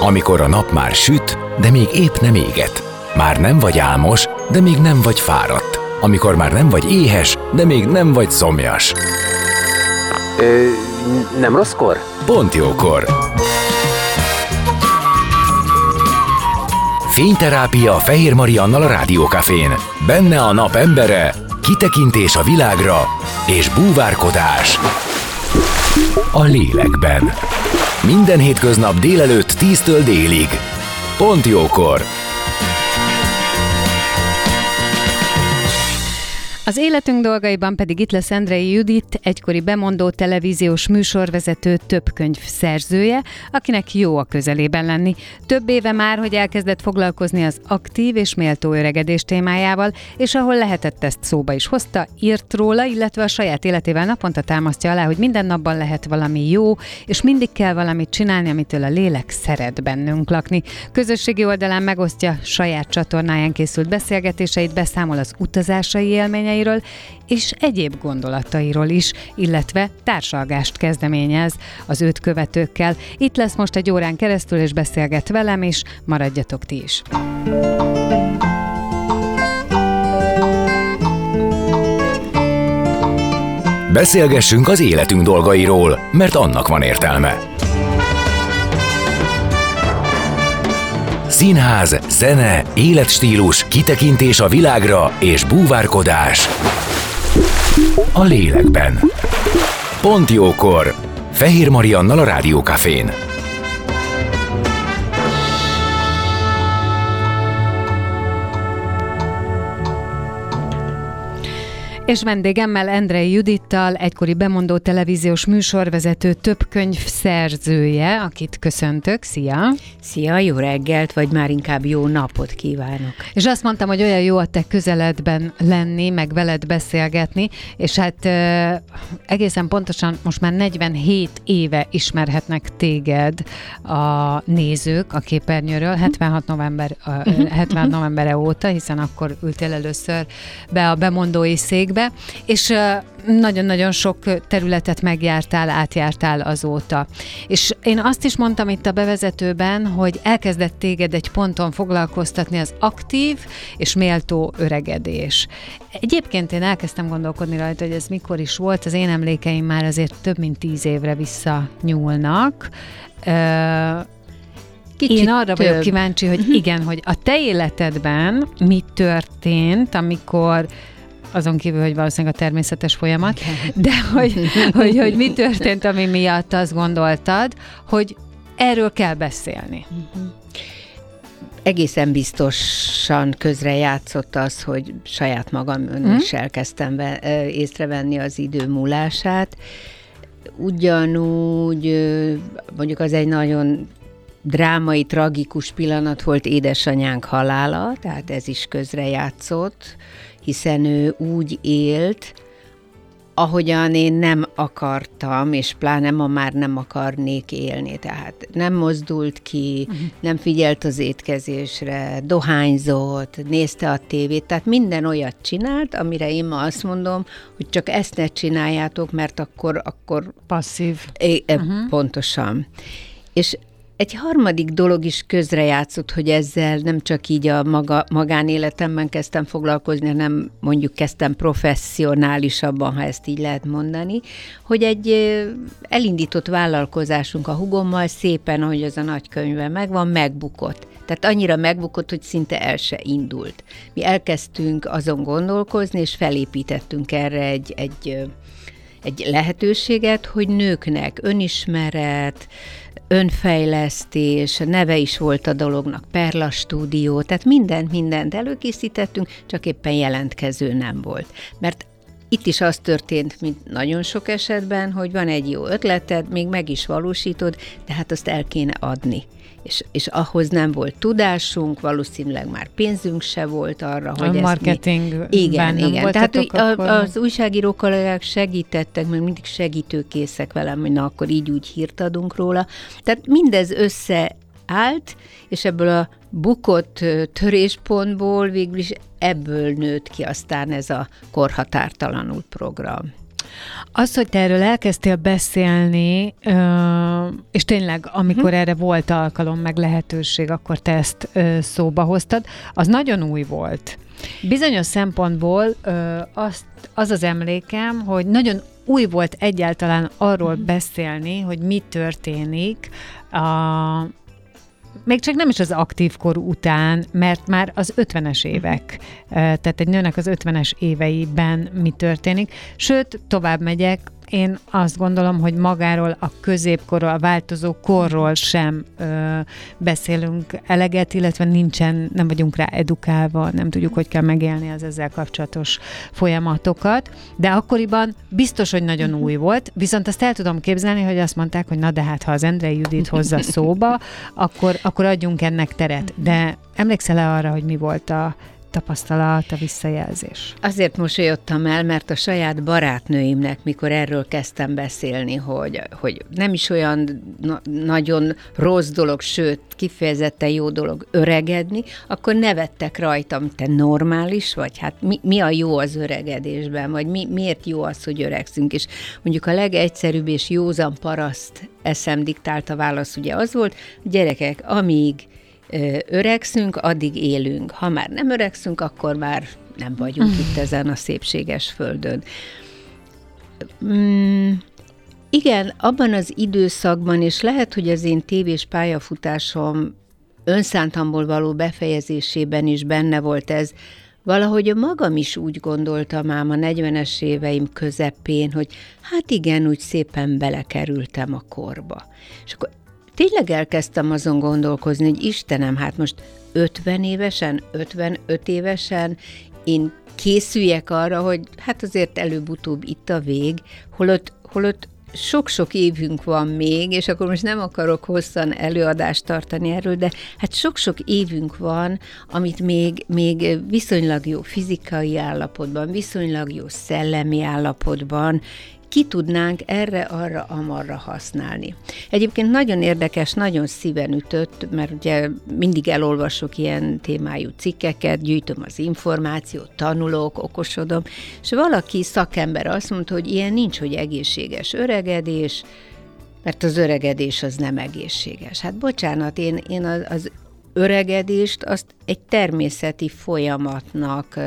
Amikor a nap már süt, de még épp nem éget. Már nem vagy álmos, de még nem vagy fáradt. Amikor már nem vagy éhes, de még nem vagy szomjas. Nem rosszkor? Pont jókor. Fényterápia Fehér Mariannal a Rádiókafén. Benne a nap embere, kitekintés a világra és búvárkodás a lélekben. Minden hétköznap délelőtt 10-től délig. Pont jókor. Az életünk dolgaiban pedig itt lesz Endrei Judit, egykori bemondó televíziós műsorvezető, több könyv szerzője, akinek jó a közelében lenni. Több éve már, hogy elkezdett foglalkozni az aktív és méltó öregedés témájával, és ahol lehetett, ezt szóba is hozta, írt róla, illetve a saját életével naponta támasztja alá, hogy minden napban lehet valami jó, és mindig kell valamit csinálni, amitől a lélek szeret bennünk lakni. Közösségi oldalán megosztja saját csatornáján készült beszélgetéseit, beszámol az utazásai élményeiről, és egyéb gondolatairól is, illetve társalgást kezdeményez az őt követőkkel. Itt lesz most egy órán keresztül, és beszélget velem is, maradjatok ti is. Beszélgessünk az életünk dolgairól, mert annak van értelme. Színház, zene, életstílus, kitekintés a világra és búvárkodás a lélekben. Pont jókor. Fehér Mariannal a Rádiókafén. És vendégemmel Endrei Judittal, egykori bemondó televíziós műsorvezető, több könyv szerzője, akit köszöntök. Szia! Szia, jó reggelt, vagy már inkább jó napot kívánok. És azt mondtam, hogy olyan jó a te közeledben lenni, meg veled beszélgetni, és hát egészen pontosan most már 47 éve ismerhetnek téged a nézők a képernyőről, 76 novembere óta, hiszen akkor ültél először be a bemondói székbe, és nagyon-nagyon sok területet megjártál, átjártál azóta. És én azt is mondtam itt a bevezetőben, hogy elkezdett téged egy ponton foglalkoztatni az aktív és méltó öregedés. Egyébként én elkezdtem gondolkodni rajta, hogy ez mikor is volt, az én emlékeim már azért több mint 10 évre visszanyúlnak. Én arra vagyok kíváncsi, hogy igen, hogy a te életedben mi történt, amikor azon kívül, hogy valószínűleg a természetes folyamat, de hogy mi történt, ami miatt azt gondoltad, hogy erről kell beszélni. Egészen biztosan közrejátszott az, hogy saját magam is elkezdtem észrevenni az idő múlását. Ugyanúgy, mondjuk az egy nagyon drámai, tragikus pillanat volt édesanyánk halála, tehát ez is közrejátszott, hiszen ő úgy élt, ahogyan én nem akartam, és pláne ma már nem akarnék élni. Tehát nem mozdult ki, nem figyelt az étkezésre, dohányzott, nézte a tévét, tehát minden olyat csinált, amire én ma azt mondom, hogy csak ezt ne csináljátok, mert akkor passzív. Pontosan. És egy harmadik dolog is közrejátszott, hogy ezzel nem csak így a magánéletemben kezdtem foglalkozni, hanem mondjuk kezdtem professzionálisabban, ha ezt így lehet mondani, hogy egy elindított vállalkozásunk a húgommal szépen, ahogy az a nagykönyvben megvan, megbukott. Tehát annyira megbukott, hogy szinte el se indult. Mi elkezdtünk azon gondolkozni, és felépítettünk erre egy lehetőséget, hogy nőknek önismeret, önfejlesztés, neve is volt a dolognak, Perla Stúdió, tehát mindent előkészítettünk, csak éppen jelentkező nem volt. Mert itt is az történt, mint nagyon sok esetben, hogy van egy jó ötleted, még meg is valósítod, de hát azt el kéne adni. És ahhoz nem volt tudásunk, valószínűleg már pénzünk se volt arra, hogy a marketingben Igen. Tehát akkor... az újságíró kollégák segítettek, meg mindig segítőkészek velem, hogy na akkor így úgy hírt adunk róla. Tehát mindez összeállt, és ebből a bukott töréspontból végül is ebből nőtt ki aztán ez a korhatártalanul program. Az, hogy te erről elkezdtél beszélni, és tényleg, amikor erre volt alkalom, meg lehetőség, akkor te ezt szóba hoztad, az nagyon új volt. Bizonyos szempontból az emlékem, hogy nagyon új volt egyáltalán arról beszélni, hogy mi történik még csak nem is az aktív kor után, mert már az 50-es évek, tehát egy nőnek az 50-es éveiben mi történik. Sőt, tovább megyek, én azt gondolom, hogy magáról a középkorról, a változó korról sem beszélünk eleget, illetve nem vagyunk rá edukálva, nem tudjuk, hogy kell megélni az ezzel kapcsolatos folyamatokat, de akkoriban biztos, hogy nagyon új volt, viszont azt el tudom képzelni, hogy azt mondták, hogy na de hát, ha az Endrei Judit hozza szóba, akkor adjunk ennek teret. De emlékszel-e arra, hogy mi volt a tapasztalat, a visszajelzés? Azért mosolyodtam el, mert a saját barátnőimnek, mikor erről kezdtem beszélni, hogy nem is olyan nagyon rossz dolog, sőt, kifejezetten jó dolog öregedni, akkor nevettek rajtam, te normális vagy? Hát mi a jó az öregedésben? Vagy miért jó az, hogy öregszünk? És mondjuk a legegyszerűbb és józan paraszt eszem diktálta válasz ugye az volt, gyerekek, amíg öregszünk, addig élünk. Ha már nem öregszünk, akkor már nem vagyunk itt ezen a szépséges földön. Igen, abban az időszakban, és lehet, hogy az én tévés pályafutásom önszántamból való befejezésében is benne volt ez, valahogy magam is úgy gondoltam ám a 40-es éveim közepén, hogy hát igen, úgy szépen belekerültem a korba. És akkor tényleg elkezdtem azon gondolkozni, hogy Istenem, hát most 50 évesen, 55 évesen én készüljek arra, hogy hát azért előbb-utóbb itt a vég, holott sok-sok évünk van még, és akkor most nem akarok hosszan előadást tartani erről, de hát sok-sok évünk van, amit még viszonylag jó fizikai állapotban, viszonylag jó szellemi állapotban ki tudnánk erre-arra-amarra használni. Egyébként nagyon érdekes, nagyon szíven ütött, mert ugye mindig elolvasok ilyen témájú cikkeket, gyűjtöm az információt, tanulok, okosodom, és valaki szakember azt mondta, hogy ilyen nincs, hogy egészséges öregedés, mert az öregedés az nem egészséges. Hát bocsánat, én az öregedést azt egy természeti folyamatnak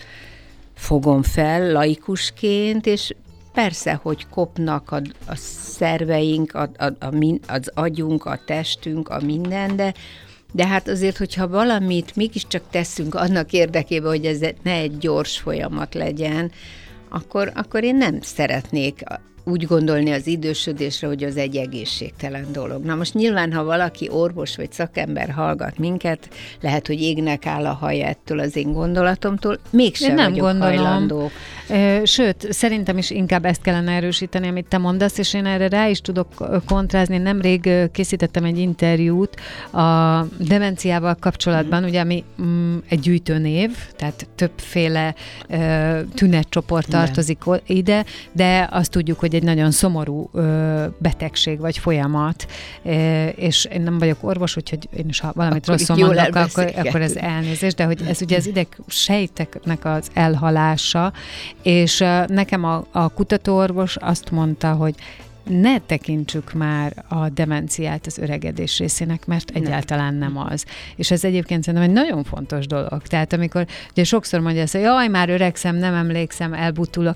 fogom fel laikusként, és persze, hogy kopnak a szerveink, az agyunk, a testünk, a minden, de hát azért, hogyha valamit mégiscsak teszünk annak érdekében, hogy ez ne egy gyors folyamat legyen, akkor én nem szeretnék úgy gondolni az idősödésre, hogy az egy egészségtelen dolog. Na most nyilván, ha valaki orvos vagy szakember hallgat minket, lehet, hogy égnek áll a haja ettől az én gondolatomtól, mégsem vagyok hajlandó. Sőt, szerintem is inkább ezt kellene erősíteni, amit te mondasz, és én erre rá is tudok kontrázni. Nemrég készítettem egy interjút a demenciával kapcsolatban, ugye ami egy gyűjtőnév, tehát többféle tünetcsoport tartozik ide, de azt tudjuk, hogy egy nagyon szomorú betegség vagy folyamat, és én nem vagyok orvos, úgyhogy én is, ha valamit rosszul mondok, akkor ez elnézés, de hogy ez ugye az ideg sejteknek az elhalása, és nekem a kutatóorvos azt mondta, hogy ne tekintsük már a demenciát az öregedés részének, mert egyáltalán nem az. És ez egyébként szerintem egy nagyon fontos dolog. Tehát amikor ugye sokszor mondja azt, hogy jaj, már öregszem, nem emlékszem, elbutulok,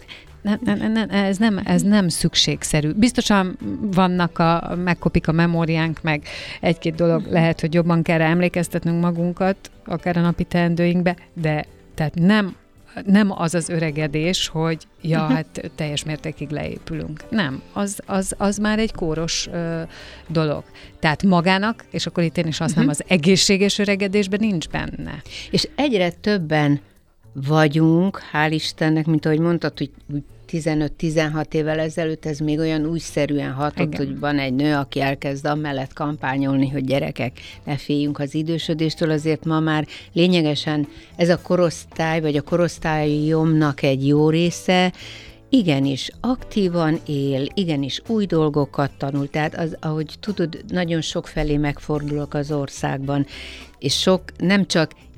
ez nem szükségszerű. Biztosan vannak megkopik a memóriánk, meg egy-két dolog lehet, hogy jobban kell rá emlékeztetnünk magunkat, akár a napi teendőinkbe, de tehát nem az az öregedés, hogy hát teljes mértékig leépülünk. Nem, az már egy kóros dolog. Tehát magának, és akkor itt én is azt nem az egészséges öregedésben nincs benne. És egyre többen vagyunk, hál' Istennek, mint ahogy mondtad, hogy 15-16 évvel ezelőtt ez még olyan újszerűen hatott, igen, hogy van egy nő, aki elkezd amellett kampányolni, hogy gyerekek, ne féljünk az idősödéstől, azért ma már lényegesen ez a korosztály, vagy a korosztályomnak egy jó része, igenis aktívan él, igenis új dolgokat tanul, tehát ahogy tudod, nagyon sok felé megfordulok az országban, és nem csak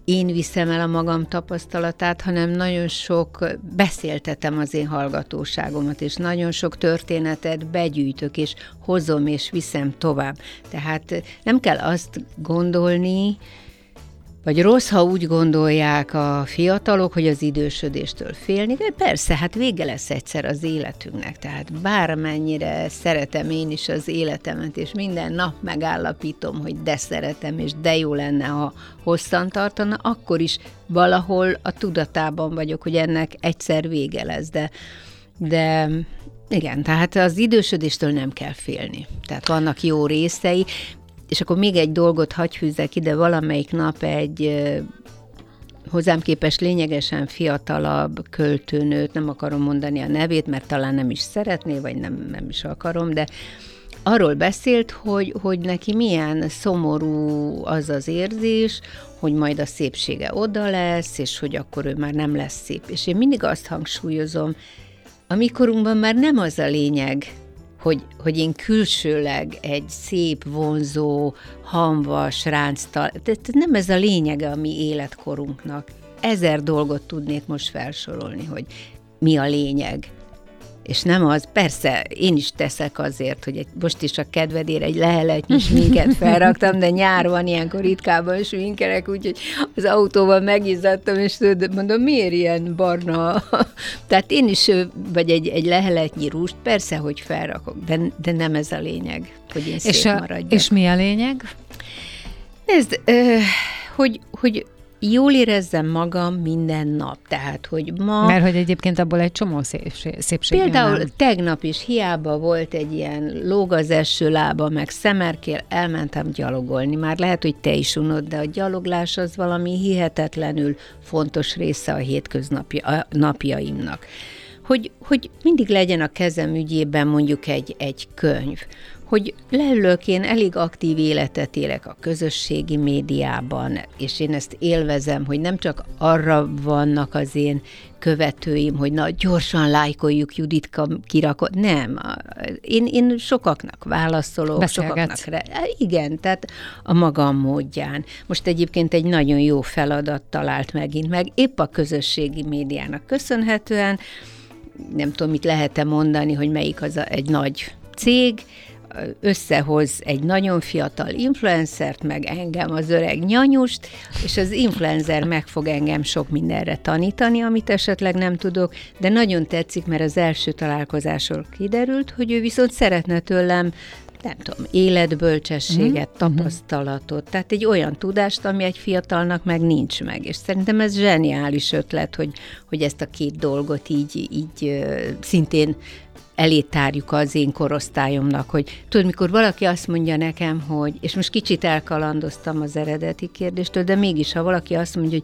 én viszem el a magam tapasztalatát, hanem nagyon sok beszéltetem az én hallgatóságomat, és nagyon sok történetet begyűjtök, és hozom, és viszem tovább. Tehát nem kell azt gondolni, vagy rossz, ha úgy gondolják a fiatalok, hogy az idősödéstől félni, de persze, hát vége lesz egyszer az életünknek, tehát bármennyire szeretem én is az életemet, és minden nap megállapítom, hogy de szeretem, és de jó lenne, ha hosszan tartana, akkor is valahol a tudatában vagyok, hogy ennek egyszer vége lesz, de igen, tehát az idősödéstől nem kell félni. Tehát vannak jó részei. És akkor még egy dolgot hagy fűzzek ide, valamelyik nap egy hozzám képest lényegesen fiatalabb költőnőt, nem akarom mondani a nevét, mert talán nem is szeretné, vagy nem is akarom, de arról beszélt, hogy neki milyen szomorú az az érzés, hogy majd a szépsége oda lesz, és hogy akkor ő már nem lesz szép. És én mindig azt hangsúlyozom, a mi korunkban már nem az a lényeg, hogy én külsőleg egy szép, vonzó, hamvas, ránctal, tehát nem ez a lényege a mi életkorunknak. 1000 dolgot tudnék most felsorolni, hogy mi a lényeg. És nem az, persze, én is teszek azért, hogy most is a kedvedére egy leheletnyi sminket felraktam, de nyár van, ilyenkor ritkában sminkerek, úgyhogy az autóval megizzadtam, és mondom, miért ilyen barna? Tehát én is, vagy egy leheletnyi rúst, persze, hogy felrakok, de nem ez a lényeg, hogy én szép maradjak. És mi a lényeg? Nézd, hogy jól érezzem magam minden nap, tehát, hogy ma... Mert hogy egyébként abból egy csomó szépség Például jön. tegnap is hiába volt egy ilyen lóg az eső lába, meg szemerkél, elmentem gyalogolni. Már lehet, hogy te is unod, de a gyaloglás az valami hihetetlenül fontos része a hétköznapjaimnak. Hogy mindig legyen a kezem ügyében mondjuk egy könyv, hogy leülök, én elég aktív életet élek a közösségi médiában, és én ezt élvezem, hogy nem csak arra vannak az én követőim, hogy na, gyorsan lájkoljuk Juditka kirakott. Nem, én sokaknak válaszolok, sokaknak. Igen, tehát a magam módján. Most egyébként egy nagyon jó feladat talált megint meg, épp a közösségi médiának köszönhetően, nem tudom, mit lehet-e mondani, hogy melyik az egy nagy cég, összehoz egy nagyon fiatal influencert, meg engem, az öreg nyanyust, és az influencer meg fog engem sok mindenre tanítani, amit esetleg nem tudok, de nagyon tetszik, mert az első találkozásról kiderült, hogy ő viszont szeretne tőlem, nem tudom, életbölcsességet, tapasztalatot, tehát egy olyan tudást, ami egy fiatalnak meg nincs meg, és szerintem ez zseniális ötlet, hogy ezt a két dolgot így szintén elé tárjuk az én korosztályomnak, hogy tudod, mikor valaki azt mondja nekem, hogy, és most kicsit elkalandoztam az eredeti kérdéstől, de mégis, ha valaki azt mondja,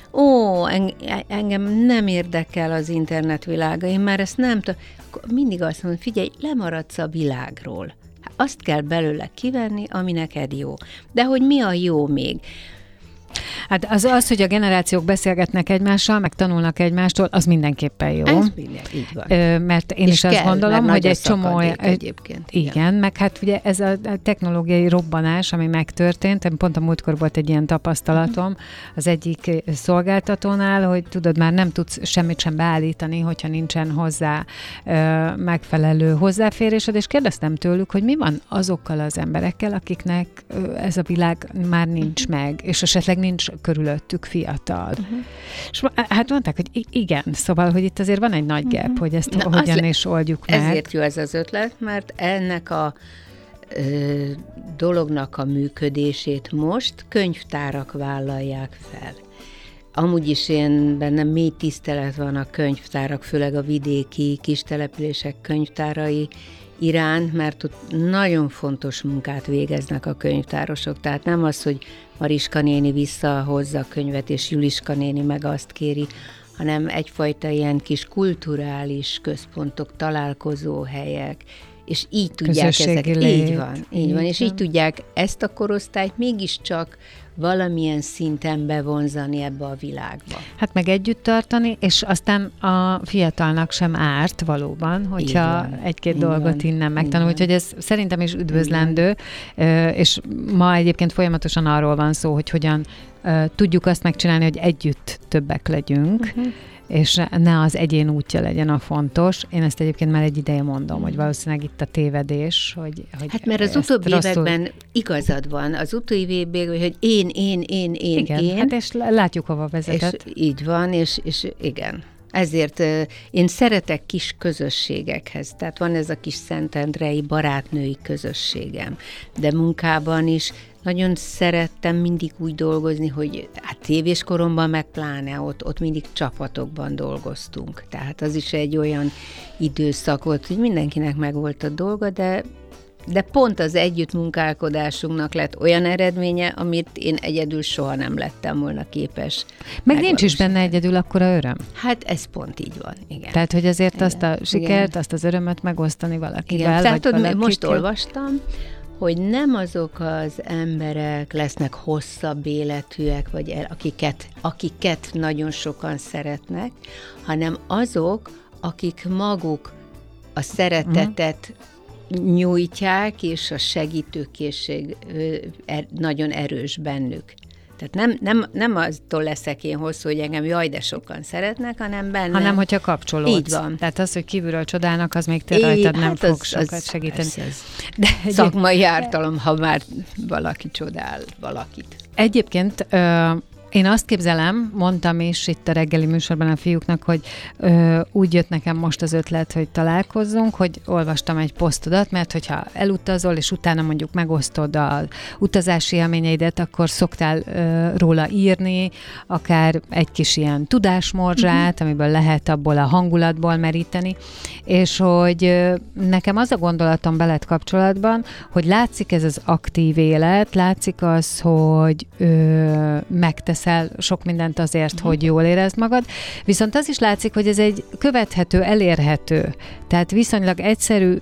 hogy engem nem érdekel az internetvilága, én már ezt nem tudom, mindig azt mondom, figyelj, lemaradsz a világról. Azt kell belőle kivenni, ami neked jó. De hogy mi a jó még? Hát az, hogy a generációk beszélgetnek egymással, meg tanulnak egymástól, az mindenképpen jó. Ez így van. Mert én is azt gondolom, hogy egy csomó... Egyébként. Igen, meg hát ugye ez a technológiai robbanás, ami megtörtént, pont a múltkor volt egy ilyen tapasztalatom az egyik szolgáltatónál, hogy tudod, már nem tudsz semmit sem beállítani, hogyha nincsen hozzá megfelelő hozzáférésed, és kérdeztem tőlük, hogy mi van azokkal az emberekkel, akiknek ez a világ már nincs meg, és esetleg nincs körülöttük fiatal. És hát mondták, hogy igen, szóval, hogy itt azért van egy nagy gap, hogy ezt hogyan is oldjuk meg. Ezért jó ez az ötlet, mert ennek a dolognak a működését most könyvtárak vállalják fel. Amúgy is bennem mély tisztelet van a könyvtárak, főleg a vidéki kistelepülések könyvtárai iránt, mert ott nagyon fontos munkát végeznek a könyvtárosok. Tehát nem az, hogy Mariska néni visszahozza a könyvet, és Juliska néni meg azt kéri, hanem egyfajta ilyen kis kulturális központok, találkozóhelyek, és így tudják ezeket. Így van, és így tudják ezt a korosztályt mégiscsak valamilyen szinten bevonzani ebbe a világba. Hát meg együtt tartani, és aztán a fiatalnak sem árt valóban, hogyha egy-két dolgot innen megtanul. Úgyhogy ez szerintem is üdvözlendő, és ma egyébként folyamatosan arról van szó, hogy hogyan tudjuk azt megcsinálni, hogy együtt többek legyünk, és ne az egyén útja legyen a fontos. Én ezt egyébként már egy ideje mondom, hogy valószínűleg itt a tévedés, hogy hát mert az utóbbi években igazad van, az utóbbi években, hogy én. Igen, hát és látjuk, hova vezetett. És így van, és igen. Ezért én szeretek kis közösségekhez, tehát van ez a kis szentendrei barátnői közösségem, de munkában is nagyon szerettem mindig úgy dolgozni, hogy hát tévés koromban meg pláne ott mindig csapatokban dolgoztunk. Tehát az is egy olyan időszak volt, hogy mindenkinek megvolt a dolga, de pont az együttmunkálkodásunknak lett olyan eredménye, amit én egyedül soha nem lettem volna képes. Meg nincs is benne egyedül akkora öröm. Hát ez pont így van, igen. Tehát, hogy azért azt a sikert, azt az örömöt megosztani valakivel, igen. vagy valakikkel. Most olvastam, hogy nem azok az emberek lesznek hosszabb életűek, vagy akiket nagyon sokan szeretnek, hanem azok, akik maguk a szeretetet nyújtják, és a segítőkészség nagyon erős bennük. Tehát nem aztól leszek én hosszú, hogy engem jaj, de sokan szeretnek, hanem bennem. Hanem, hogyha kapcsolódsz. Így van. Tehát az, hogy kívülről csodálnak, az még te rajtad nem fog sokat segíteni. De szakmai ártalom, ha már valaki csodál valakit. Egyébként én azt képzelem, mondtam is itt a reggeli műsorban a fiúknak, hogy úgy jött nekem most az ötlet, hogy találkozzunk, hogy olvastam egy posztodat, mert hogyha elutazol, és utána mondjuk megosztod az utazási élményeidet, akkor szoktál róla írni, akár egy kis ilyen tudásmorzsát, amiből lehet abból a hangulatból meríteni, és hogy nekem az a gondolatom veled kapcsolatban, hogy látszik ez az aktív élet, látszik az, hogy megteszel sok mindent azért, hogy jól érezd magad, viszont az is látszik, hogy ez egy követhető, elérhető, tehát viszonylag egyszerű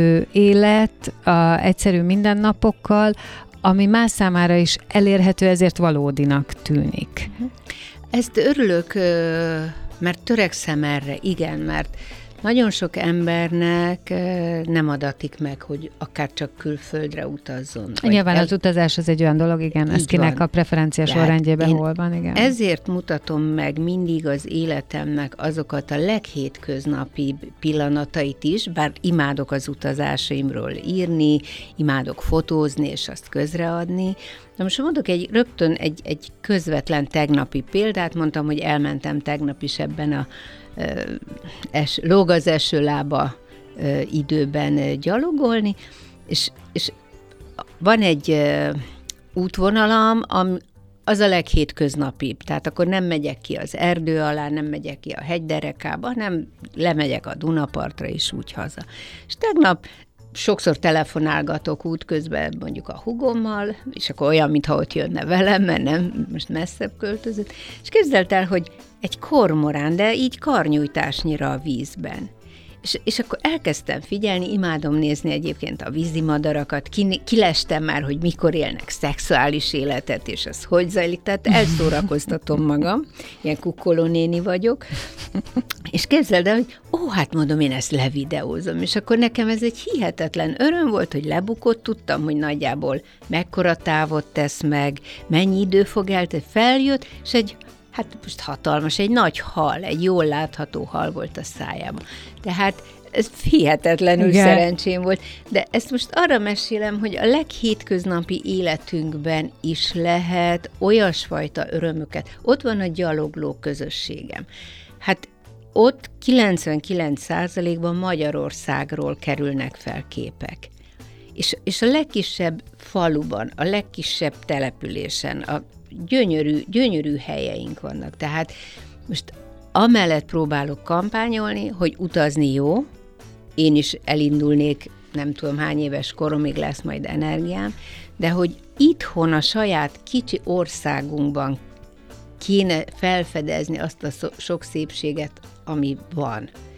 élet, egyszerű mindennapokkal, ami más számára is elérhető, ezért valódinak tűnik. Ezt örülök, mert törekszem erre, igen, mert nagyon sok embernek nem adatik meg, hogy akár csak külföldre utazzon. Nyilván az utazás az egy olyan dolog, igen, ez kinek a preferenciás sorrendjében hol van, igen. Ezért mutatom meg mindig az életemnek azokat a leghétköznapibb pillanatait is, bár imádok az utazásaimról írni, imádok fotózni és azt közreadni. Na most mondok rögtön egy közvetlen tegnapi példát, mondtam, hogy elmentem tegnap is ebben a lóg az esőlába időben gyalogolni, és van egy útvonalam, az a leghétköznapibb. Tehát akkor nem megyek ki az erdő alá, nem megyek ki a hegyderekába, hanem lemegyek a Dunapartra is úgy haza. És tegnap sokszor telefonálgatok útközben mondjuk a hugommal, és akkor olyan, mintha ott jönne velem, mert nem, most messzebb költözött, és képzeld el, hogy egy kormorán, de így karnyújtásnyira a vízben. És akkor elkezdtem figyelni, imádom nézni egyébként a vízimadarakat, kilestem már, hogy mikor élnek szexuális életet, és az hogy zajlik, tehát elszórakoztatom magam, ilyen kukkolónéni vagyok, és képzeld el, hogy hát mondom, én ezt levideózom, és akkor nekem ez egy hihetetlen öröm volt, hogy lebukott, tudtam, hogy nagyjából mekkora távot tesz meg, mennyi idő fog eltenni, feljött, és hát most hatalmas, egy nagy hal, egy jól látható hal volt a szájában. Tehát ez hihetetlenül szerencsém volt, de ezt most arra mesélem, hogy a leghétköznapi életünkben is lehet olyasfajta örömöket. Ott van a gyalogló közösségem. Hát ott 99%-ban Magyarországról kerülnek fel képek. És a legkisebb faluban, a legkisebb településen, a gyönyörű helyeink vannak. Tehát most amellett próbálok kampányolni, hogy utazni jó, én is elindulnék, nem tudom hány éves koromig lesz majd energiám, de hogy itthon a saját kicsi országunkban kéne felfedezni azt a sok szépséget, ami van.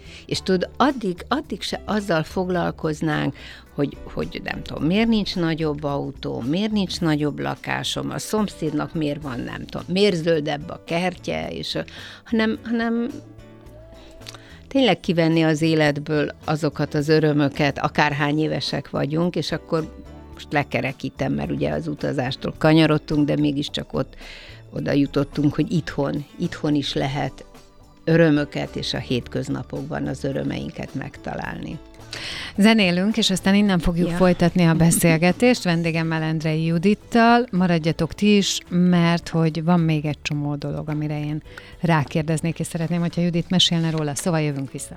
És tudod, addig se azzal foglalkoznánk, hogy nem tudom, miért nincs nagyobb autó, miért nincs nagyobb lakásom, a szomszédnak miért van, nem tudom, miért zöldebb a kertje, hanem tényleg kivenni az életből azokat az örömöket, akárhány évesek vagyunk, és akkor most lekerekítem, mert ugye az utazástól kanyarodtunk, de mégiscsak oda jutottunk, hogy itthon is lehet örömöket, és a hétköznapokban az örömeinket megtalálni. Zenélünk, és aztán innen fogjuk folytatni a beszélgetést vendégemmel, Endrei Judittal. Maradjatok ti is, mert hogy van még egy csomó dolog, amire én rákérdeznék, és szeretném, hogyha Judit mesélne róla, szóval jövünk vissza.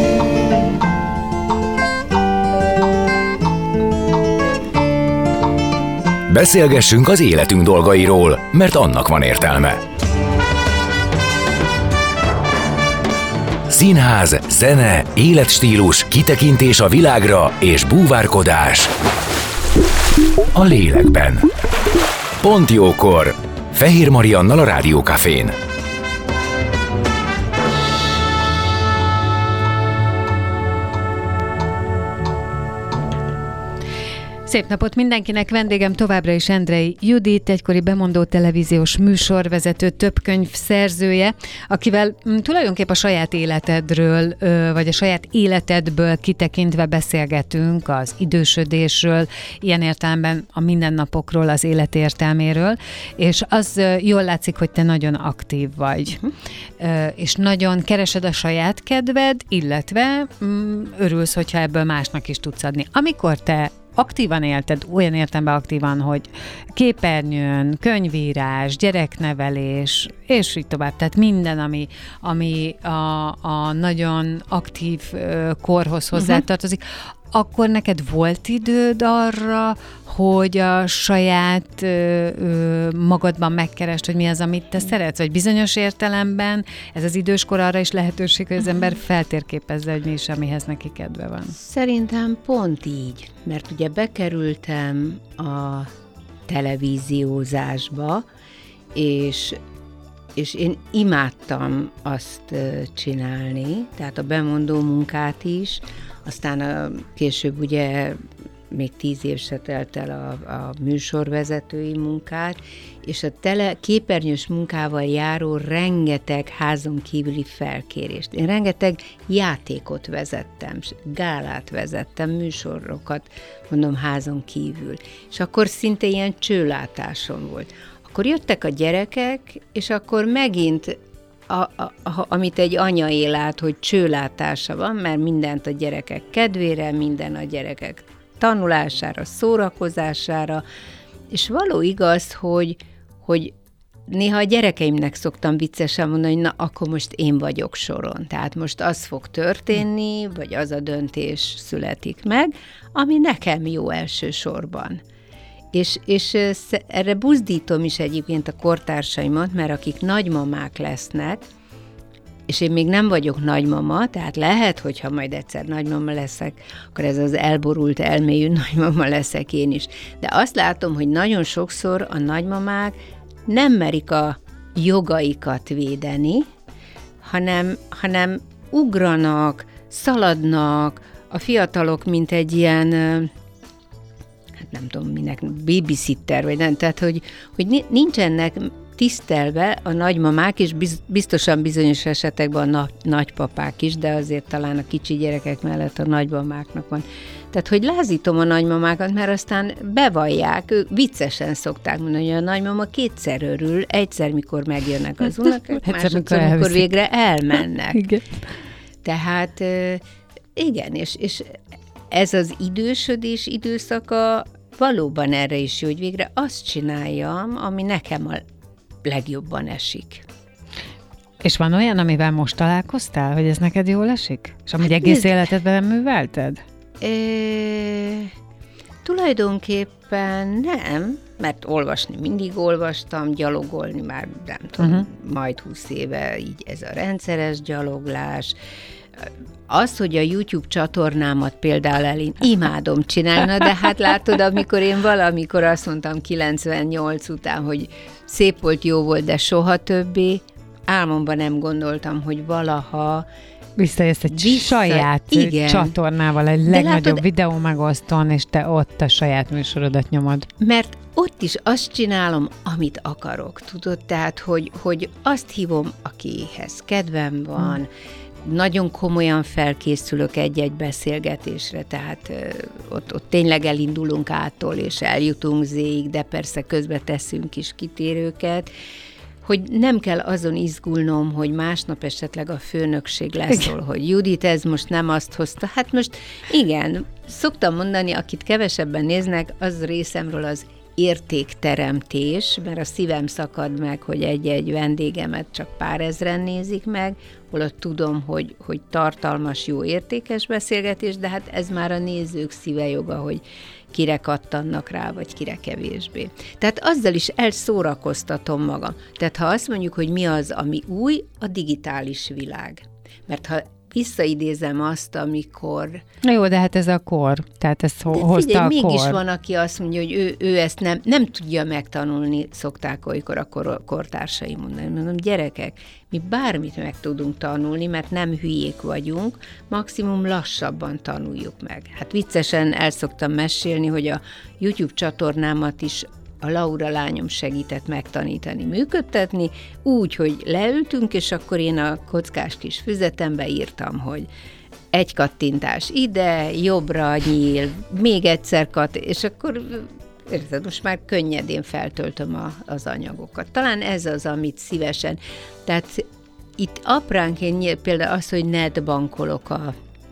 Beszélgessünk az életünk dolgairól, mert annak van értelme. Színház, zene, életstílus, kitekintés a világra és búvárkodás a lélekben. Pont jókor! Fehér Mariannal a Rádió Cafén. Szép napot mindenkinek, vendégem továbbra is Endrei Judit, egykori bemondó televíziós műsorvezető, több könyv szerzője, akivel tulajdonképp a saját életedről, vagy a saját életedből kitekintve beszélgetünk, az idősödésről, ilyen értelemben a mindennapokról, az élet értelméről, és az jól látszik, hogy te nagyon aktív vagy, és nagyon keresed a saját kedved, illetve örülsz, hogyha ebből másnak is tudsz adni. Amikor te aktívan élted, olyan értelemben aktívan, hogy képernyőn, könyvírás, gyereknevelés, és így tovább. Tehát minden, ami a nagyon aktív korhoz hozzátartozik. Akkor neked volt időd arra, hogy a saját magadban megkeresd, hogy mi az, amit te szeretsz, vagy bizonyos értelemben ez az időskor arra is lehetőség, hogy az ember feltérképezze, hogy mi is, amihez neki kedve van. Szerintem pont így, mert ugye bekerültem a televíziózásba, és én imádtam azt csinálni, tehát a bemondó munkát is, aztán később ugye még 10 év se telt el a műsorvezetői munkát, és a képernyős munkával járó rengeteg házon kívüli felkérést. Én rengeteg játékot vezettem, gálát vezettem, műsorokat, mondom, házon kívül. És akkor szinte ilyen csőlátásom volt. Akkor jöttek a gyerekek, és akkor megint amit egy anya lát, hogy csőlátása van, mert mindent a gyerekek kedvére, minden a gyerekek tanulására, szórakozására, és való igaz, hogy néha a gyerekeimnek szoktam viccesen mondani, hogy na, akkor most én vagyok soron. Tehát most az fog történni, vagy az a döntés születik meg, ami nekem jó elsősorban. És erre buzdítom is egyébként a kortársaimat, mert akik nagymamák lesznek, és én még nem vagyok nagymama, tehát lehet, hogyha majd egyszer nagymama leszek, akkor ez az elborult, elmélyű nagymama leszek én is. De azt látom, hogy nagyon sokszor a nagymamák nem merik a jogaikat védeni, hanem ugranak, szaladnak, a fiatalok, mint egy ilyen, hát nem tudom minek, babysitter, vagy nem, tehát hogy nincsenek tisztelve a nagymamák, és biztosan bizonyos esetekben a nagypapák is, de azért talán a kicsi gyerekek mellett a nagymamáknak van. Tehát, hogy lázítom a nagymamákat, mert aztán bevallják, ők viccesen szokták mondani, hogy a nagymama kétszer örül, egyszer, mikor megjönnek az unokák, másodszor, amikor végre elmennek. Igen. Tehát igen, és ez az idősödés időszaka valóban erre is jó, hogy végre azt csináljam, ami nekem a legjobban esik. És van olyan, amivel most találkoztál, hogy ez neked jól esik? És amúgy egész életedben művelted? Tulajdonképpen nem, mert olvasni mindig olvastam, gyalogolni már nem tudom, majd 20 éve így ez a rendszeres gyaloglás. Az, hogy a YouTube csatornámat például imádom csinálni, de hát látod, amikor én valamikor azt mondtam 98 után, hogy szép volt, jó volt, de soha többé, álmomban nem gondoltam, hogy valaha Visszajössz egy saját csatornával, egy legnagyobb videó megosztón, és te ott a saját műsorodat nyomod. Mert ott is azt csinálom, amit akarok, tudod? Tehát, hogy azt hívom, akihez kedvem van, nagyon komolyan felkészülök egy-egy beszélgetésre, tehát ott tényleg elindulunk ától, és eljutunk Z-ig, de persze közben teszünk is kitérőket, hogy nem kell azon izgulnom, hogy másnap esetleg a főnökség leszól, hogy Judit, ez most nem azt hozta. Hát most igen, szoktam mondani, akit kevesebben néznek, az részemről az értékteremtés, mert a szívem szakad meg, hogy egy-egy vendégemet csak pár ezren nézik meg, holott tudom, hogy tartalmas, jó, értékes beszélgetés, de hát ez már a nézők szíve joga, hogy kire kattannak rá, vagy kire kevésbé. Tehát azzal is elszórakoztatom magam. Tehát ha azt mondjuk, hogy mi az, ami új, a digitális világ. Mert ha visszaidézem azt, amikor... Na jó, de hát ez a kor, tehát ezt hozta a kor. Mégis van, aki azt mondja, hogy ő ezt nem tudja megtanulni, szokták olykor a kortársaim mondani. Mondom, gyerekek, mi bármit meg tudunk tanulni, mert nem hülyék vagyunk, maximum lassabban tanuljuk meg. Hát viccesen el szoktam mesélni, hogy a YouTube csatornámat is a Laura lányom segített megtanítani, működtetni, úgy, hogy leültünk, és akkor én a kockás kis füzetembe írtam, hogy egy kattintás ide, jobbra nyíl, még egyszer és akkor érted, most már könnyedén feltöltöm az anyagokat. Talán ez az, amit szívesen. Tehát itt apránként például az, hogy netbankolok a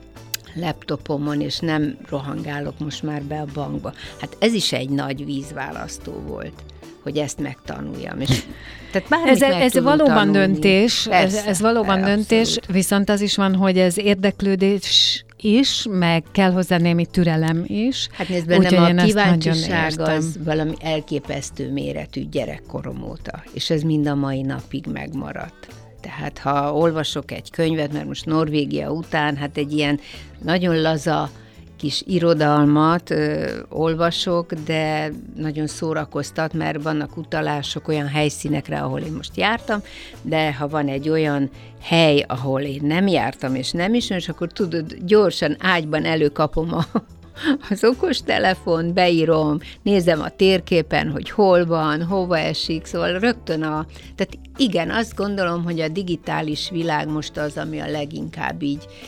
laptopomon, és nem rohangálok most már be a bankba. Hát ez is egy nagy vízválasztó volt, hogy ezt megtanuljam. És, tehát ez valóban döntés, ez valóban döntés, viszont az is van, hogy ez érdeklődés is, meg kell hozzá némi türelem is. Hát nézd, bennem a kíváncsiság az valami elképesztő méretű gyerekkorom óta, és ez mind a mai napig megmaradt. Tehát ha olvasok egy könyvet, mert most Norvégia után, hát egy ilyen nagyon laza kis irodalmat olvasok, de nagyon szórakoztat, mert vannak utalások olyan helyszínekre, ahol én most jártam, de ha van egy olyan hely, ahol én nem jártam, és nem ismerem, és akkor tudod, gyorsan ágyban előkapom az okostelefon, beírom, nézem a térképen, hogy hol van, hova esik, szóval rögtön tehát igen, azt gondolom, hogy a digitális világ most az, ami a leginkább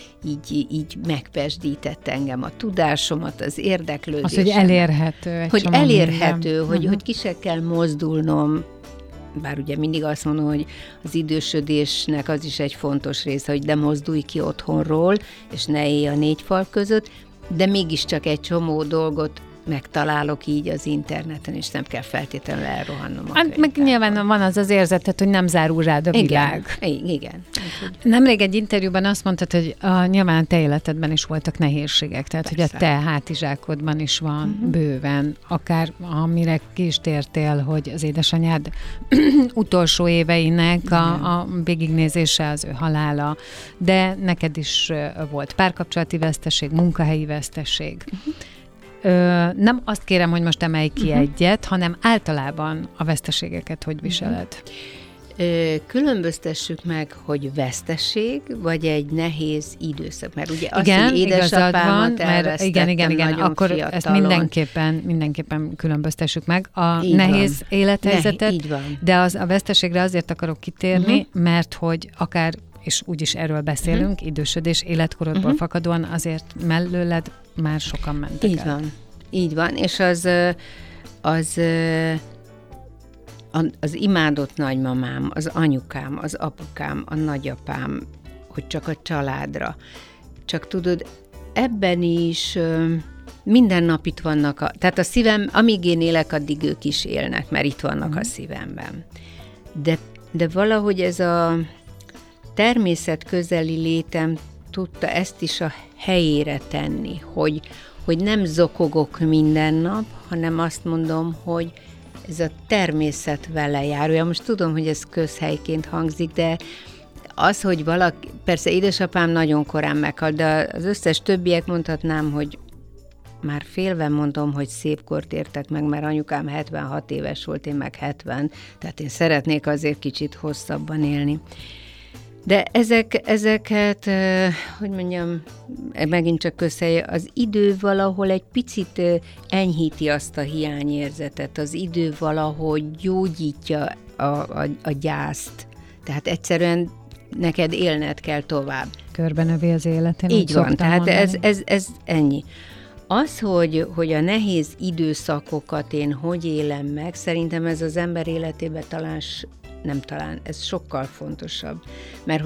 így megpesdített engem, a tudásomat, az érdeklődésemet. Az, hogy elérhető. Hogy elérhető, hogy ki se kell mozdulnom, bár ugye mindig azt mondom, hogy az idősödésnek az is egy fontos része, hogy de mozdulj ki otthonról, és ne élj a négy fal között, de mégiscsak egy csomó dolgot megtalálok így az interneten, és nem kell feltétlenül elrohannom a könyvtárba. Meg nyilván van az érzet, hogy nem zárul rád a világ. Igen. Nemrég egy interjúban azt mondtad, hogy nyilván a te életedben is voltak nehézségek, tehát persze, hogy a te hátizsákodban is van bőven, akár amire ki is tértél, hogy az édesanyád utolsó éveinek a végignézése, az ő halála, de neked is volt párkapcsolati veszteség, munkahelyi veszteség. Nem azt kérem, hogy most emelj ki egyet, hanem általában a veszteségeket hogy viseled? Különböztessük meg, hogy veszteség, vagy egy nehéz időszak. Mert ugye azt, igen, hogy édesapámat elvesztettem igen, akkor fiatalon. ezt mindenképpen különböztessük meg. A így nehéz élethelyzetet, így van. De a veszteségre azért akarok kitérni, mert hogy akár, és úgyis erről beszélünk, idősödés életkorodból fakadóan, azért mellőled már sokan mentek el. Így van, és az imádott nagymamám, az anyukám, az apukám, a nagyapám, hogy csak a családra. Csak tudod, ebben is minden nap itt vannak, tehát a szívem, amíg én élek, addig ők is élnek, mert itt vannak a szívemben. De valahogy ez a természet közeli létem tudta ezt is a helyére tenni, hogy nem zokogok minden nap, hanem azt mondom, hogy ez a természet vele jár. Most tudom, hogy ez közhelyként hangzik, de az, hogy valaki, persze édesapám nagyon korán meghalt, de az összes többiek mondhatnám, hogy már félve mondom, hogy szép kort értek meg, mert anyukám 76 éves volt, én meg 70, tehát én szeretnék azért kicsit hosszabban élni. De ezeket, hogy mondjam, megint csak az idő valahol egy picit enyhíti azt a hiányérzetet, az idő valahogy gyógyítja a gyászt. Tehát egyszerűen neked élned kell tovább. Körbenövi az életem. Így van, tehát ez ennyi. Az, hogy a nehéz időszakokat én hogy élem meg, szerintem ez az ember életében ez sokkal fontosabb. Mert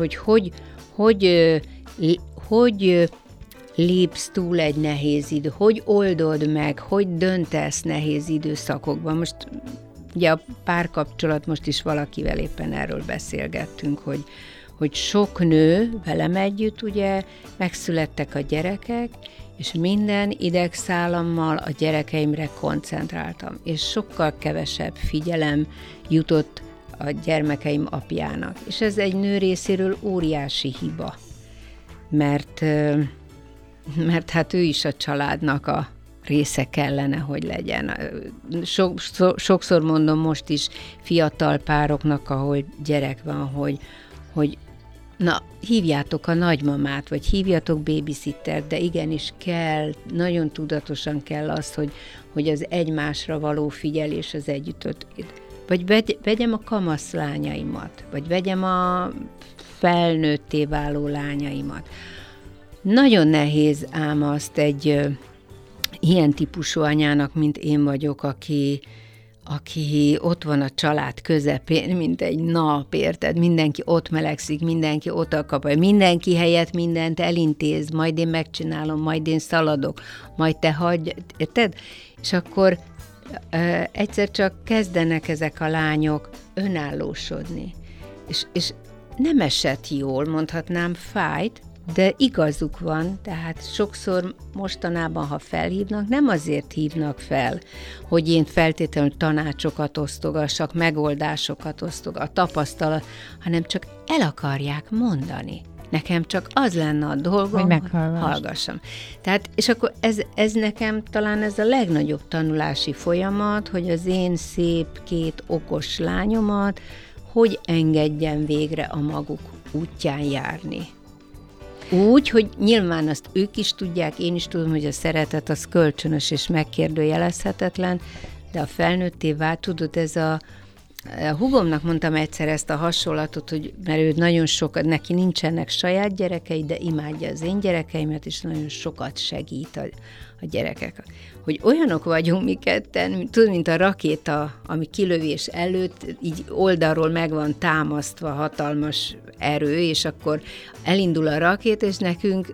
hogy lépsz túl egy nehéz idő, hogy oldod meg, hogy döntesz nehéz időszakokban. Most ugye a párkapcsolat, most is valakivel éppen erről beszélgettünk, hogy sok nő velem együtt ugye megszülettek a gyerekek, és minden idegszálammal a gyerekeimre koncentráltam, és sokkal kevesebb figyelem jutott a gyermekeim apjának. És ez egy nő részéről óriási hiba, mert hát ő is a családnak a része kellene, hogy legyen. Sokszor mondom most is fiatal pároknak, ahol gyerek van, hogy na, hívjátok a nagymamát, vagy hívjatok babysittert, de igenis kell, nagyon tudatosan kell az, hogy az egymásra való figyelés az együtt. Vagy vegyem a kamasz lányaimat, vagy vegyem a felnőtté váló lányaimat. Nagyon nehéz ám azt egy ilyen típusú anyának, mint én vagyok, aki ott van a család közepén, mint egy nap, érted? Mindenki ott melegszik, mindenki ott akar, mindenki helyett mindent elintéz, majd én megcsinálom, majd én szaladok, majd te hagyj, érted? És akkor egyszer csak kezdenek ezek a lányok önállósodni. És nem esett jól, mondhatnám, fájt, de igazuk van, tehát sokszor mostanában, ha felhívnak, nem azért hívnak fel, hogy én feltétlenül tanácsokat osztogassak, megoldásokat a tapasztalat, hanem csak el akarják mondani. Nekem csak az lenne a dolgom, hogy hallgassam. Tehát, és akkor ez nekem talán ez a legnagyobb tanulási folyamat, hogy az én szép két okos lányomat hogy engedjen végre a maguk útján járni. Úgy, hogy nyilván azt ők is tudják, én is tudom, hogy a szeretet az kölcsönös és megkérdőjelezhetetlen, de a felnőtté vált, tudod, ez a húgomnak mondtam egyszer ezt a hasonlatot, hogy mert ő nagyon sokat, neki nincsenek saját gyerekei, de imádja az én gyerekeimet, és nagyon sokat segít a gyerekek. Hogy olyanok vagyunk mi ketten, tudod, mint a rakéta, ami kilövés előtt így oldalról meg van támasztva hatalmas erő, és akkor elindul a rakéta, és nekünk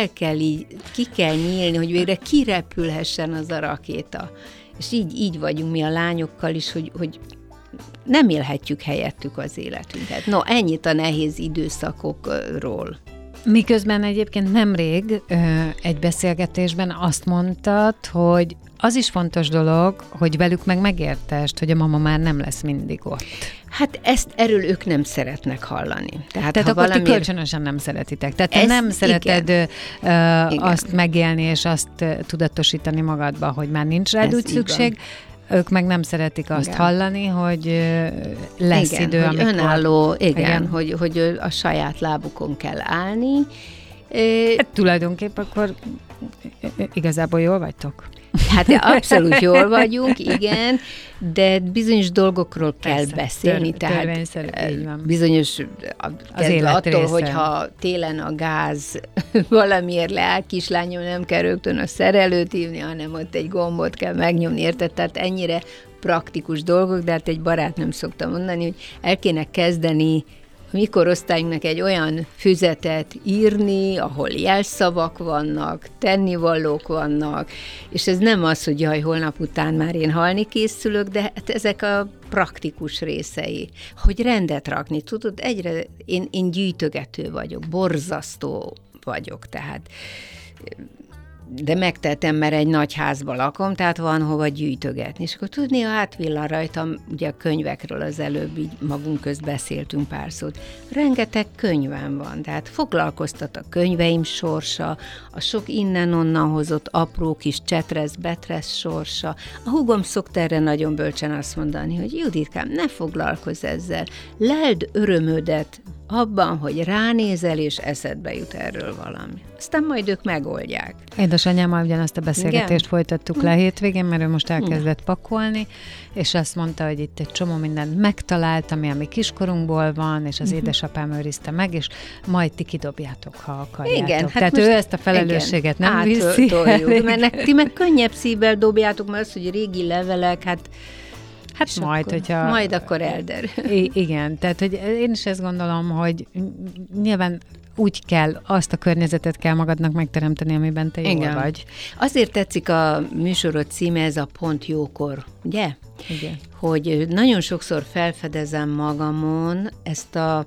ki kell nyílni, hogy végre kirepülhessen az a rakéta. És így vagyunk mi a lányokkal is, hogy nem élhetjük helyettük az életünket. No, ennyit a nehéz időszakokról. Miközben egyébként nemrég egy beszélgetésben azt mondtad, hogy az is fontos dolog, hogy velük megértest, hogy a mama már nem lesz mindig ott. Hát erről ők nem szeretnek hallani. Tehát akkor ti kölcsönösen nem szeretitek. Tehát te nem szereted azt megélni, és azt tudatosítani magadba, hogy már nincs rád úgy szükség. Ők meg nem szeretik azt hallani, hogy lesz idő, hogy amikor... önálló, hogy a saját lábukon kell állni. Hát tulajdonképpen akkor igazából jól vagytok? Hát abszolút jól vagyunk, igen, de bizonyos dolgokról kell beszélni. Tehát bizonyos az élet attól, része. hogyha télen a gáz valamiért leáll, kislányom, nem kell rögtön a szerelőt hívni, hanem ott egy gombot kell megnyomni, érted? Tehát ennyire praktikus dolgok, de hát egy barátnőm szokta mondani, hogy el kéne kezdeni a mi korosztályunknak egy olyan füzetet írni, ahol jelszavak vannak, tennivalók vannak, és ez nem az, hogy jaj, holnap után már én halni készülök, de hát ezek a praktikus részei. Hogy rendet rakni, tudod, én gyűjtögető vagyok, borzasztó vagyok, tehát de megtettem, mert egy nagy házba lakom, tehát van hova gyűjtögetni. És akkor tudni, ha átvillan rajtam, ugye a könyvekről az előbb így magunk közt beszéltünk pár szót. Rengeteg könyvem van, tehát foglalkoztat a könyveim sorsa, a sok innen-onnan hozott apró kis csetresz-betresz sorsa. A húgom szokta erre nagyon bölcsen azt mondani, hogy Juditkám, ne foglalkozz ezzel, leld örömödet abban, hogy ránézel, és eszedbe jut erről valami. Aztán majd ők megoldják. Édesanyámmal ugyanazt a beszélgetést folytattuk le hétvégén, mert ő most elkezdett pakolni, és azt mondta, hogy itt egy csomó mindent megtalált, ami kiskorunkból van, és az édesapám őrizte meg, és majd ti kidobjátok, ha akarjátok. Igen, tehát ő ezt a felelősséget nem viszi. Mert ti meg könnyebb szívvel dobjátok, mert az, hogy régi levelek, hát majd, hogyha... Majd akkor elderül. Igen, tehát hogy én is ezt gondolom, hogy nyilván úgy kell, azt a környezetet kell magadnak megteremteni, amiben te jól vagy. Azért tetszik a műsorod címe, ez a Pont jókor, ugye? Igen. Hogy nagyon sokszor felfedezem magamon ezt a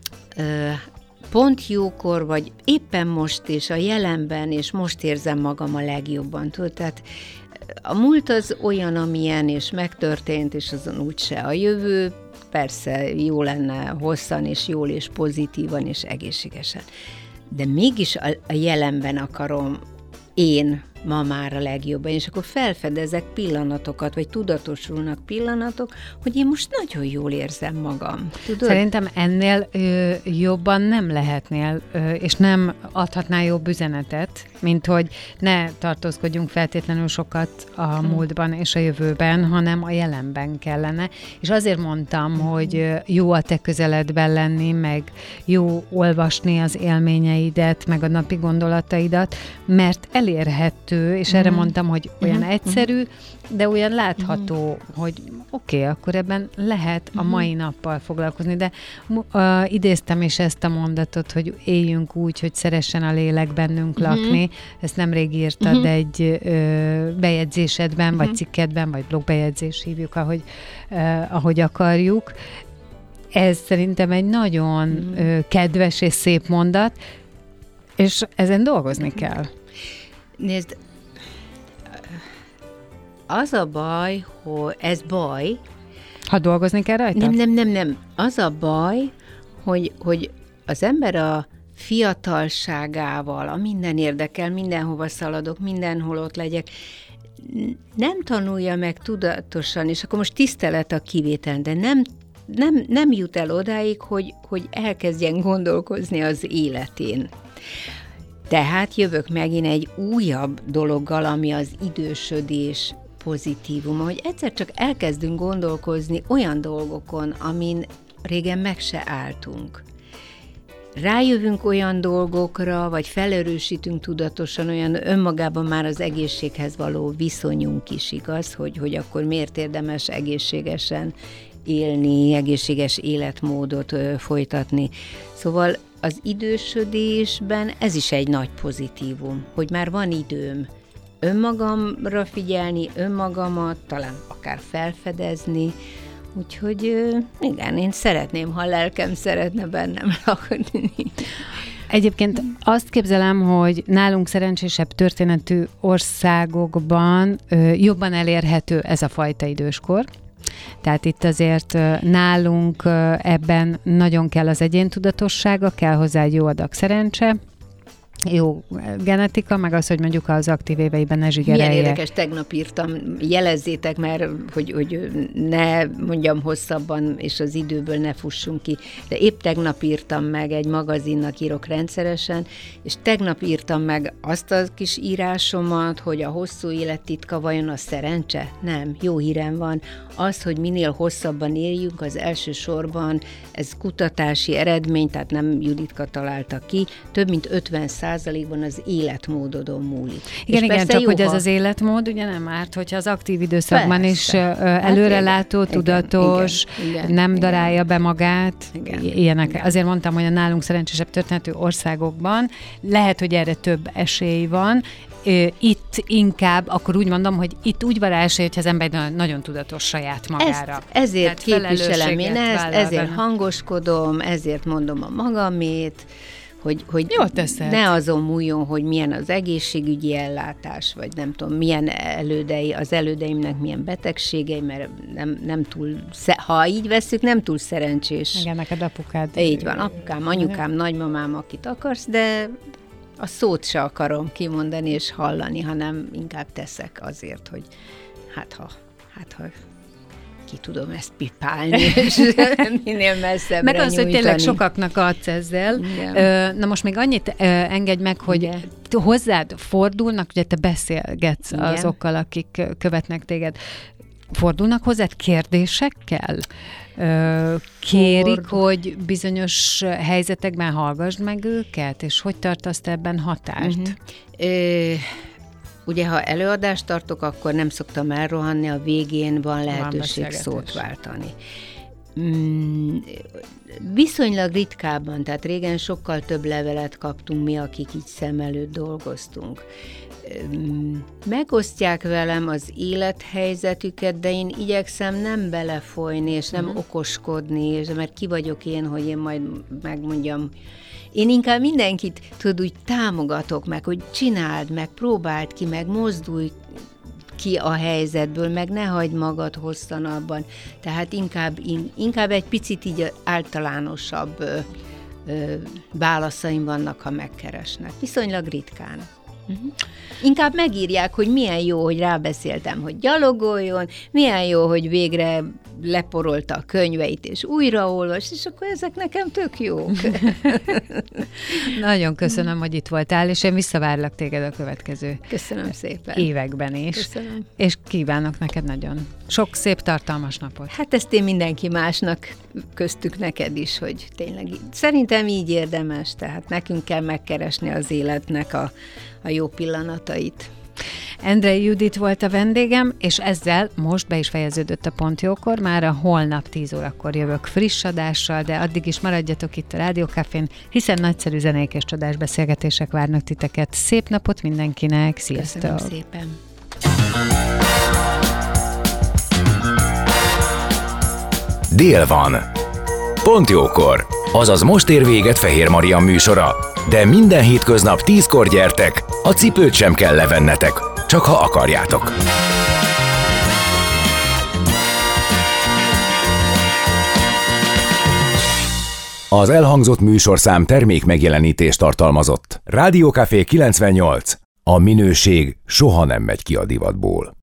pont jókor, vagy éppen most és a jelenben, és most érzem magam a legjobban. Tudod? Tehát a múlt az olyan, amilyen, és megtörtént, és azon úgyse. A jövő persze jó lenne hosszan, és jól, és pozitívan, és egészségesen. De mégis a jelenben akarom én ma már a legjobban, és akkor felfedezek pillanatokat, vagy tudatosulnak pillanatok, hogy én most nagyon jól érzem magam. Tudod? Szerintem ennél jobban nem lehetnél, és nem adhatnál jobb üzenetet, mint hogy ne tartózkodjunk feltétlenül sokat a múltban és a jövőben, hanem a jelenben kellene. És azért mondtam, hogy jó a te közeledben lenni, meg jó olvasni az élményeidet, meg a napi gondolataidat, mert elérhető, és erre mondtam, hogy olyan egyszerű, de olyan látható, hogy oké, akkor ebben lehet a mai nappal foglalkozni, de idéztem is ezt a mondatot, hogy éljünk úgy, hogy szeressen a lélek bennünk lakni. Ezt nemrég írtad egy bejegyzésedben, vagy cikkedben, vagy blogbejegyzés hívjuk, ahogy akarjuk. Ez szerintem egy nagyon kedves és szép mondat, és ezen dolgozni kell. Nézd, az a baj, hogy ez baj. Ha dolgozni kell rajta? Nem. Az a baj, hogy az ember a fiatalságával, a minden érdekel, mindenhova szaladok, mindenhol ott legyek, nem tanulja meg tudatosan, és akkor most tisztelet a kivétel, de nem jut el odáig, hogy elkezdjen gondolkozni az életén. Tehát jövök megint egy újabb dologgal, ami az idősödés pozitívuma, hogy egyszer csak elkezdünk gondolkozni olyan dolgokon, amin régen meg se álltunk. Rájövünk olyan dolgokra, vagy felerősítünk tudatosan olyan önmagában már az egészséghez való viszonyunk is igaz, hogy akkor miért érdemes egészségesen élni, egészséges életmódot folytatni. Szóval az idősödésben ez is egy nagy pozitívum, hogy már van időm önmagamra figyelni, önmagamat, talán akár felfedezni, úgyhogy igen, én szeretném, ha a lelkem szeretne bennem lakni. Egyébként azt képzelem, hogy nálunk szerencsésebb történetű országokban jobban elérhető ez a fajta időskor. Tehát itt azért nálunk ebben nagyon kell az egyéntudatossága, kell hozzá egy jó adag szerencse, jó genetika, meg az, hogy mondjuk az aktív éveiben ne zsigerelje. Milyen érdekes, tegnap írtam, jelezzétek, mert hogy ne mondjam hosszabban, és az időből ne fussunk ki, de épp tegnap írtam meg, egy magazinnak írok rendszeresen, és tegnap írtam meg azt a kis írásomat, hogy a hosszú élet titka vajon a szerencse? Nem, jó hírem van. Az, hogy minél hosszabban éljünk, az elsősorban ez kutatási eredmény, tehát nem Juditka találta ki, több mint 50%-ban az életmódodon múlik. Igen, csak hogy ez az életmód ugye nem árt, hogyha az aktív időszakban is előrelátó, tudatos, nem darálja be magát, ilyenek. Azért mondtam, hogy a nálunk szerencsésebb történetű országokban lehet, hogy erre több esély van. Itt inkább, akkor úgy mondom, hogy itt úgy van esély, hogyha az ember nagyon tudatos saját magára. Ezért képviselem én ezt, ezért hangoskodom, ezért mondom a magamét, hogy ne azon múljon, hogy milyen az egészségügyi ellátás, vagy nem tudom, milyen az elődeimnek milyen betegségei, mert nem túl, ha így vesszük, nem túl szerencsés. Igen, neked apukád. Így van, apukám, anyukám, nagymamám, akit akarsz, de a szót se akarom kimondani és hallani, hanem inkább teszek azért, hogy hát ha ki tudom ezt pipálni, és minél messzebbre meg az, hogy tényleg nyújtani. sokaknak adsz ezzel. Na most még annyit engedj meg, hogy Igen. hozzád fordulnak, ugye te beszélgetsz Igen. azokkal, akik követnek téged. Fordulnak hozzád kérdésekkel? Kérik, hogy bizonyos helyzetekben hallgassd meg őket, és hogy tartasz te ebben hatást? Ugye, ha előadást tartok, akkor nem szoktam elrohanni, a végén van lehetőség beszélgetés. szót váltani. Viszonylag ritkábban, tehát régen sokkal több levelet kaptunk mi, akik így szem előtt dolgoztunk. Megosztják velem az élethelyzetüket, de én igyekszem nem belefolyni, és nem okoskodni, és mert ki vagyok én, hogy én majd megmondjam. Én inkább mindenkit, úgy támogatok meg, hogy csináld meg, próbáld ki, meg mozdulj ki a helyzetből, meg ne hagyd magad hosszanabban. Tehát inkább egy picit így általánosabb válaszaim vannak, ha megkeresnek. Viszonylag ritkán. Inkább megírják, hogy milyen jó, hogy rábeszéltem, hogy gyalogoljon, milyen jó, hogy végre leporolta a könyveit, és újraolvas, és akkor ezek nekem tök jók. Nagyon köszönöm, hogy itt voltál, és én visszavárlak téged a következő Köszönöm szépen. években is. Köszönöm. És kívánok neked nagyon sok szép, tartalmas napot. Hát ezt én mindenki másnak, köztük neked is, hogy tényleg szerintem így érdemes, tehát nekünk kell megkeresni az életnek a jó pillanatait. Endrei Judit volt a vendégem, és ezzel most be is fejeződött a Pont Jókor, már a holnap 10 órakor jövök friss adással, de addig is maradjatok itt a Rádió Cafén, hiszen nagyszerű zenék és csodás beszélgetések várnak titeket. Szép napot mindenkinek, sziasztok! Köszönöm szépen! Dél van. Pont jókor. Azaz most ér véget Fehér Maria műsora. De minden hétköznap 10-kor gyertek, a cipőt sem kell levennetek, csak ha akarjátok. Az elhangzott műsorszám termék megjelenítést tartalmazott. Rádió Café 98. A minőség soha nem megy ki a divatból.